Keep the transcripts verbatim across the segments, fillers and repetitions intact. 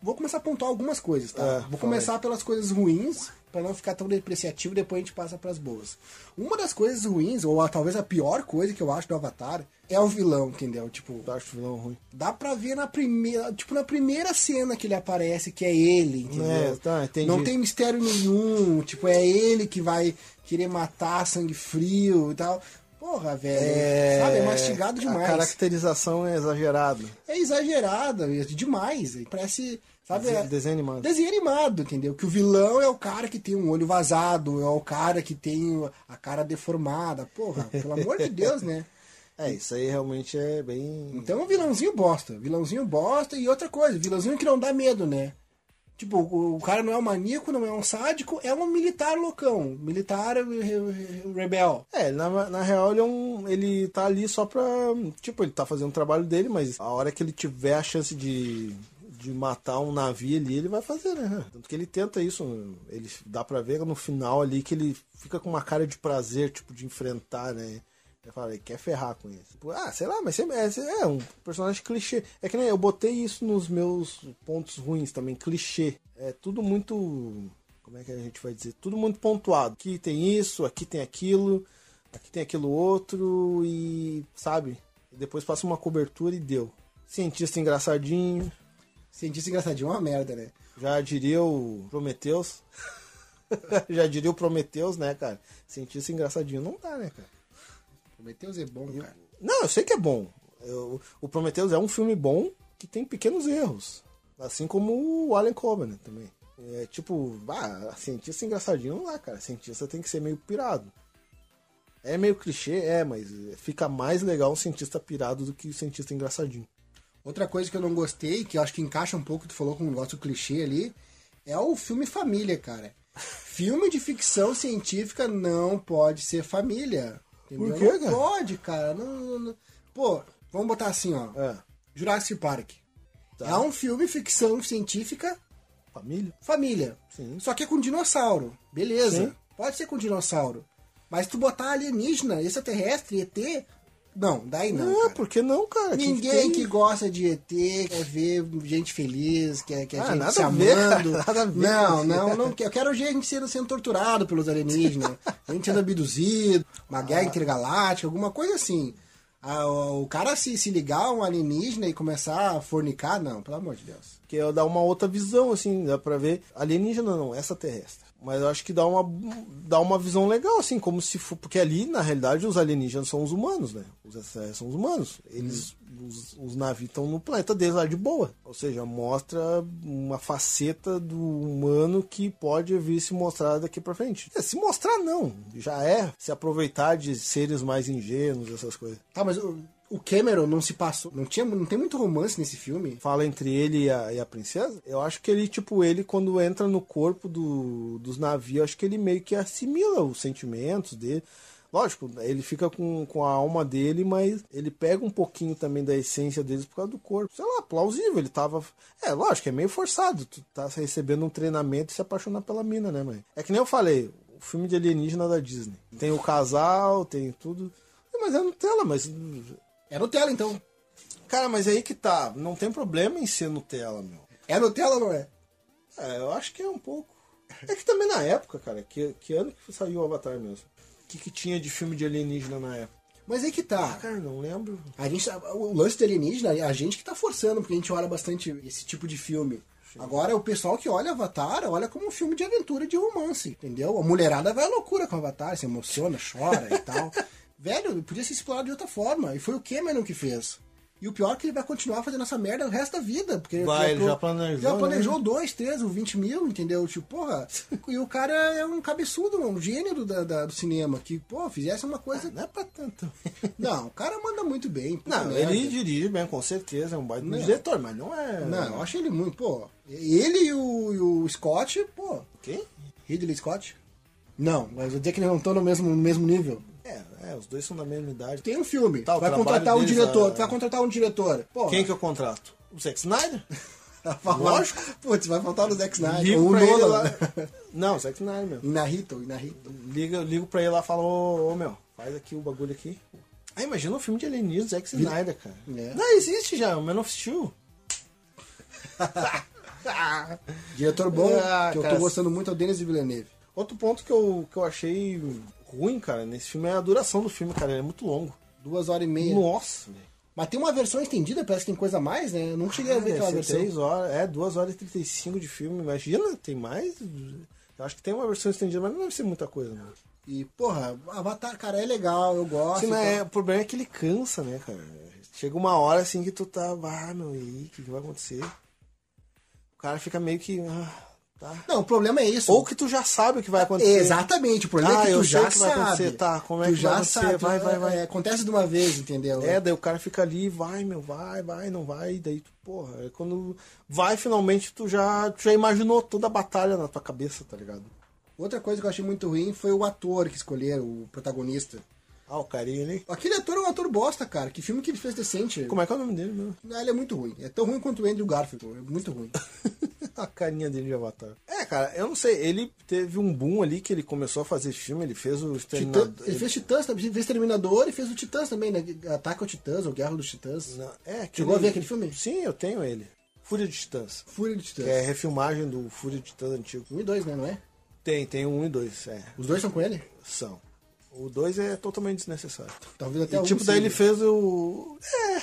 vou começar a pontuar algumas coisas, tá? É, vou fala começar pelas coisas ruins, pra não ficar tão depreciativo, depois a gente passa pras boas. Uma das coisas ruins, ou a, talvez a pior coisa que eu acho do Avatar, é o vilão, entendeu? Tipo, Eu acho o vilão ruim. dá pra ver na primeira, tipo, na primeira cena que ele aparece, que é ele, entendeu? É, tá, entendi. Não tem mistério nenhum, tipo, é ele que vai querer matar sangue frio e tal. Porra, velho, É... sabe? É mastigado demais. A caracterização é exagerada. É exagerada, é demais. Parece, sabe? Desenho, é... desenho animado. Desenho animado, entendeu? Que o vilão é o cara que tem um olho vazado, é o cara que tem a cara deformada. Porra, pelo amor de Deus, né? É, isso aí realmente é bem... Então é um vilãozinho bosta. Vilãozinho bosta e outra coisa, vilãozinho que não dá medo, né? Tipo, o cara não é um maníaco, não é um sádico, é um militar loucão. Militar rebel. É, na, na real ele, é um, ele tá ali só pra... Tipo, ele tá fazendo o trabalho dele, mas a hora que ele tiver a chance de, de matar um navio ali, ele vai fazer, né? Tanto que ele tenta isso. Ele dá pra ver no final ali que ele fica com uma cara de prazer, tipo, de enfrentar, né? Ele fala, ele quer ferrar com isso. Tipo, ah, sei lá, mas é, é um personagem clichê. É que nem eu botei isso nos meus pontos ruins também, clichê. É tudo muito... Como é que a gente vai dizer? Tudo muito pontuado. Aqui tem isso, aqui tem aquilo, aqui tem aquilo outro e... Sabe? E depois passa uma cobertura e deu. Cientista engraçadinho. Cientista engraçadinho é uma merda, né? Já diria o Prometheus. Já diria o Prometheus, né, cara? Cientista engraçadinho não dá, né, cara? Prometheus é bom, cara. Não, eu sei que é bom. Eu, o Prometheus é um filme bom que tem pequenos erros. Assim como o Alien Covenant também. É tipo, ah, cientista engraçadinho não dá, cara. Cientista tem que ser meio pirado. É meio clichê, é, mas fica mais legal um cientista pirado do que o cientista engraçadinho. Outra coisa que eu não gostei, que eu acho que encaixa um pouco, tu falou com o negócio clichê ali, é o filme família, cara. Filme de ficção científica não pode ser família. Entendeu? Por quê, não cara? pode, cara. Não, não, não. Pô, vamos botar assim, ó. É. Jurassic Park. Tá. É um filme ficção científica Família? família. Sim. Só que é com dinossauro. Beleza. Sim. Pode ser com dinossauro. Mas tu botar alienígena, extraterrestre, E T... Não, daí não, Não, cara. por que não, cara? Ninguém que, que gosta de E T quer ver gente feliz, quer, quer Ah, gente nada se a ver, amando. cara, nada a ver. Não, não, não quero. Eu quero ver a gente sendo, sendo torturado pelos alienígenas. A gente sendo abduzido, uma guerra Ah. intergaláctica, alguma coisa assim. Ah, o, o cara se, se ligar a um alienígena e começar a fornicar, não, pelo amor de Deus. Que é dar uma outra visão, assim, dá pra ver. Alienígena não, extraterrestre. Mas eu acho que dá uma, dá uma visão legal, assim, como se for. Porque ali, na realidade, os alienígenas são os humanos, né? Os extraterrestres são os humanos. Eles, hum. os, os navios estão no planeta deles lá de boa. Ou seja, mostra uma faceta do humano que pode vir se mostrar daqui pra frente. É, se mostrar, não. Já é se aproveitar de seres mais ingênuos, essas coisas. Tá, mas o, o Cameron não se passou. Não, tinha, não tem muito romance nesse filme. Fala entre ele e a, e a princesa. Eu acho que ele, tipo, ele quando entra no corpo do, dos navios, acho que ele meio que assimila os sentimentos dele. Lógico, ele fica com, com a alma dele, mas ele pega um pouquinho também da essência deles por causa do corpo. Sei lá, plausível, ele tava... É, lógico, é meio forçado. Tu tá recebendo um treinamento e se apaixonar pela mina, né, mãe? É que nem eu falei, o filme de alienígena da Disney. Tem o casal, tem tudo... Mas é Nutella, mas... É Nutella, então. Cara, mas aí que tá. Não tem problema em ser Nutella, meu. É Nutella ou não é? É, eu acho que é um pouco. É que também na época, cara, que, que ano que saiu o Avatar mesmo? O que, que tinha de filme de alienígena na época? Mas aí que tá. Ah, cara, não lembro. A gente, o lance de alienígena, a gente que tá forçando, porque a gente olha bastante esse tipo de filme. Sim. Agora, o pessoal que olha Avatar, olha como um filme de aventura, de romance, entendeu? A mulherada vai à loucura com Avatar, se emociona, chora e tal. Velho, podia ser explorado de outra forma. E foi o Cameron que fez. E o pior é que ele vai continuar fazendo essa merda o resto da vida. Porque vai, ele já, já planejou. Já planejou né? dois, três, ou vinte mil, entendeu? Tipo, porra. E o cara é um cabeçudo, um gênio do, da, do cinema. Que, pô, fizesse uma coisa. Ah, não é pra tanto. Não, o cara manda muito bem. Não, merda. ele dirige bem, com certeza. É um baita diretor, mas não é. Não, eu acho ele muito, pô. Ele e o, e o Scott, pô. Quem? Ridley Scott? Não, mas eu vou dizer que eles não estão no mesmo, no mesmo nível. É, é, os dois são da mesma idade. Tem um filme, tá, tu vai contratar um diretor, a... tu vai contratar um diretor. Porra. Quem que eu contrato? O Zack Snyder? Lógico. Putz, vai faltar no Zack Snyder. Ligo ou o pra ele Nolan. lá. Não, Zack Snyder mesmo. Inarrito, Inarrito. Ligo, ligo pra ele lá e falo, ô, ô meu, faz aqui o bagulho aqui. Ah, imagina um filme de alienígena, Zack Snyder, cara. É. Não, existe já, o Man of Steel. Diretor bom, Ah, que eu cara. tô gostando muito, é o Denis Villeneuve. Outro ponto que eu, que eu achei ruim, cara, nesse filme é a duração do filme, cara. Ele é muito longo. Duas horas e meia. Nossa, velho. Mas tem uma versão estendida, parece que tem coisa a mais, né? Eu não cheguei a ver aquela Deve ser versão. três horas, é, duas horas e trinta e cinco de filme. Imagina, tem mais. Eu acho que tem uma versão estendida, mas não deve ser muita coisa, né? E, porra, Avatar, cara, é legal, eu gosto. Sim, e mas tal. é, o problema é que ele cansa, né, cara? Chega uma hora assim que tu tá, ah, meu, e aí, o que, que vai acontecer? O cara fica meio que, ah, tá. Não, o problema é isso. Ou que tu já sabe o que vai acontecer. Exatamente, o problema Ah, é que eu tu sei já o que vai sabe. acontecer, tá, como é tu que já vai acontecer? sabe, Vai, vai, vai. é, acontece de uma vez, entendeu? É, daí o cara fica ali, vai, meu, vai, vai, não vai, daí tu, porra, é quando vai finalmente tu já, tu já imaginou toda a batalha na tua cabeça, tá ligado? Outra coisa que eu achei muito ruim foi o ator que escolheram, o protagonista. Ah, o carinha ali. Aquele ator é um ator bosta, cara. Que filme que ele fez decente? Como é que é o nome dele, meu? Ah, ele é muito ruim. É tão ruim quanto o Andrew Garfield. É muito ruim. A carinha dele de Avatar. É, cara, eu não sei, ele teve um boom ali que ele começou a fazer filme, ele fez o Titã, Exterminador. ele fez Titãs, ele fez Terminador e fez o Titãs também, né? Ataque ao Titãs, ou Guerra dos Titãs. Não, é, aquele... Chegou a ver aquele filme? Sim, eu tenho ele. Fúria de Titãs. Fúria de Titãs. Que é a refilmagem do Fúria de Titãs antigo. Um e dois, né? Não é? Tem, tem um e dois, é. Os dois são com ele? São. O dois é totalmente desnecessário. Talvez até E, um tipo, daí seja. ele fez o... É,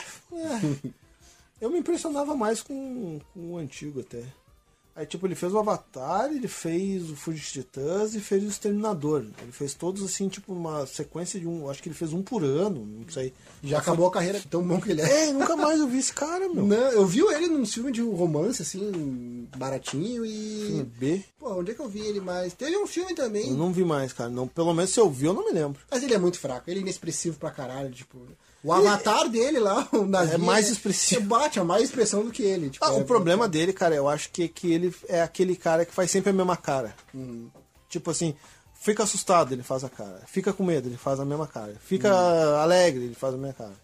é. Eu me impressionava mais com, com o antigo até. Aí, tipo, ele fez o Avatar, ele fez o Fúria de Titãs e fez o Exterminador. Ele fez todos, assim, tipo, uma sequência de um... Acho que ele fez um por ano, não sei. Já acabou a carreira, tão bom que ele é. É, nunca mais eu vi esse cara, meu. Não, eu vi ele num filme de romance, assim, baratinho Filme e... B. Pô, onde é que eu vi ele mais? Teve um filme também, Eu não vi mais, cara. Não, pelo menos se eu vi, eu não me lembro. mas ele é muito fraco. Ele é inexpressivo pra caralho, tipo... O avatar dele lá, o navio... É mais expressivo. Bate, é mais expressão do que ele. Tipo, Ah, é- o problema dele, cara, eu acho que, que ele é aquele cara que faz sempre a mesma cara. Hum. Tipo assim, fica assustado, ele faz a cara. Fica com medo, ele faz a mesma cara. Fica Hum. alegre, ele faz a mesma cara.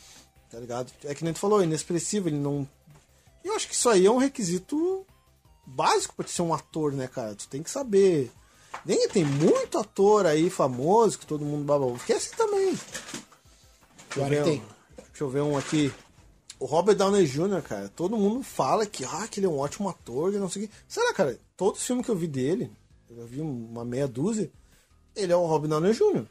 Tá ligado? É que nem tu falou, inexpressivo, ele não... E eu acho que isso aí é um requisito básico pra te ser um ator, né, cara? Tu tem que saber. Nem tem muito ator aí famoso que todo mundo baba. Que é assim também. Deixa eu, Claro ver que um, tem. deixa eu ver um aqui. O Robert Downey júnior, cara, todo mundo fala que, ah, que ele é um ótimo ator, que não sei o quê. Será, cara? Todos os filmes que eu vi dele, eu já vi uma meia dúzia, ele é o Robert Downey júnior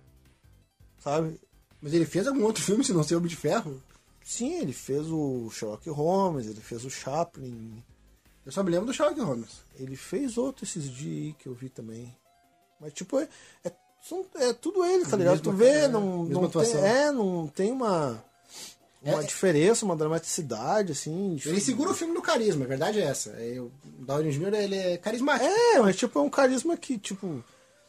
Sabe? Mas ele fez algum outro filme, se não ser Homem de Ferro? Sim, ele fez o Sherlock Holmes, ele fez o Chaplin, Eu só me lembro do Sherlock Holmes. ele fez outro esses dias aí que eu vi também. Mas, tipo, é, é, são- é tudo ele, tá ligado? Mesma Tu vê, cara, não, mesma não tem, atuação. é, não tem uma, uma É- diferença, uma dramaticidade, assim. Ele segura o filme no carisma, a verdade é essa. É, o Downey júnior ele é carismático. É, mas tipo, é um carisma que, tipo.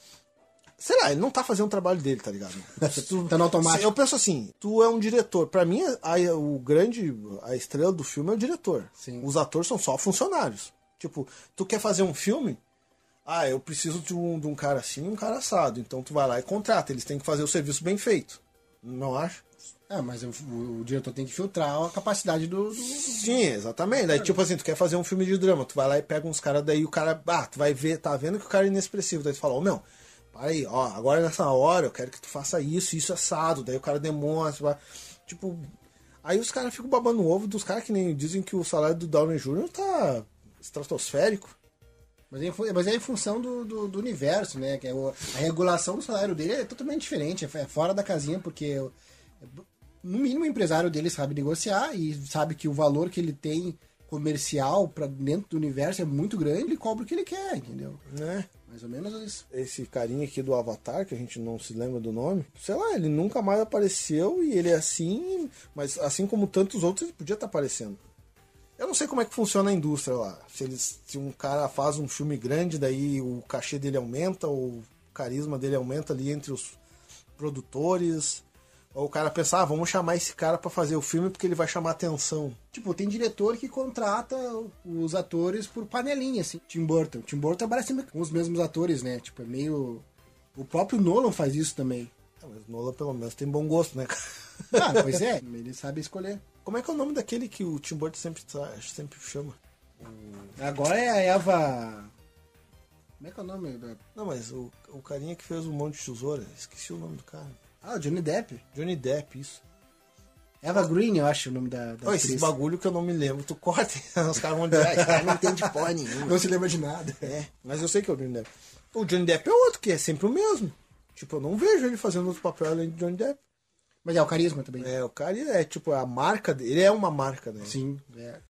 Sei lá, ele não tá fazendo o trabalho dele, tá ligado? Tá no automático. Eu penso assim, tu é um diretor. Pra mim, a, o grande. A estrela do filme é o diretor. Sim. Os atores são só funcionários. Tipo, tu quer fazer um filme? Ah, eu preciso de um, de um cara assim e um cara assado. Então tu vai lá e contrata. Eles têm que fazer o serviço bem feito. Não acha? É, mas o, o- o diretor tem que filtrar a capacidade do... do- Sim, exatamente. Daí, tipo assim, tu quer fazer um filme de drama, tu vai lá e pega uns caras, daí o cara, ah, tu vai ver, tá vendo que o cara é inexpressivo. Daí tu fala, ô meu, para aí, ó, agora nessa hora eu quero que tu faça isso, isso assado. Daí o cara demonstra, vai, tipo. Aí os caras ficam babando o ovo dos caras que nem dizem que o salário do Downey júnior tá estratosférico. Mas, é, em fu- mas é em função do, do, do universo, né? Que é o- a regulação do salário dele é totalmente diferente, é, é fora da casinha, porque no mínimo o empresário dele sabe negociar e sabe que o valor que ele tem comercial para dentro do universo é muito grande, ele cobra o que ele quer, entendeu? Né? Mais ou menos isso. Esse carinha aqui do Avatar, que a gente não se lembra do nome, sei lá, ele nunca mais apareceu e ele é assim, mas assim como tantos outros, ele podia estar aparecendo. Eu não sei como é que funciona a indústria lá. Se, eles, se um cara faz um filme grande, daí o cachê dele aumenta, ou o carisma dele aumenta ali entre os produtores. Ou o cara pensa, ah, vamos chamar esse cara pra fazer o filme porque ele vai chamar atenção. Tipo, tem diretor que contrata os atores por panelinha, assim. Tim Burton. Tim Burton trabalha sempre com os mesmos atores, né? Tipo, é meio... O próprio Nolan faz isso também. Ah, mas Nolan pelo menos tem bom gosto, né, cara? Ah, pois é. Ele sabe escolher. Como é que é o nome daquele que o Tim Burton sempre, tra- sempre chama? Agora é a Eva... Como é que é o nome? Da... Não, mas o, o carinha que fez o Monte de Tesoura, esqueci o nome do cara. Ah, o Johnny Depp. Johnny Depp, isso. Eva Green, eu acho o nome da, da Ô, esses atriz. bagulho que eu não me lembro, tu corta, os caras vão dizer, ah, esse cara não entende porra nenhuma. Não se lembra de nada. É, mas eu sei que é o Johnny Depp. O Johnny Depp é outro, que é sempre o mesmo. Tipo, eu não vejo ele fazendo outro papel além de Johnny Depp. Mas é o carisma também. É, o cara é tipo a marca dele, ele é uma marca, né? Sim. É.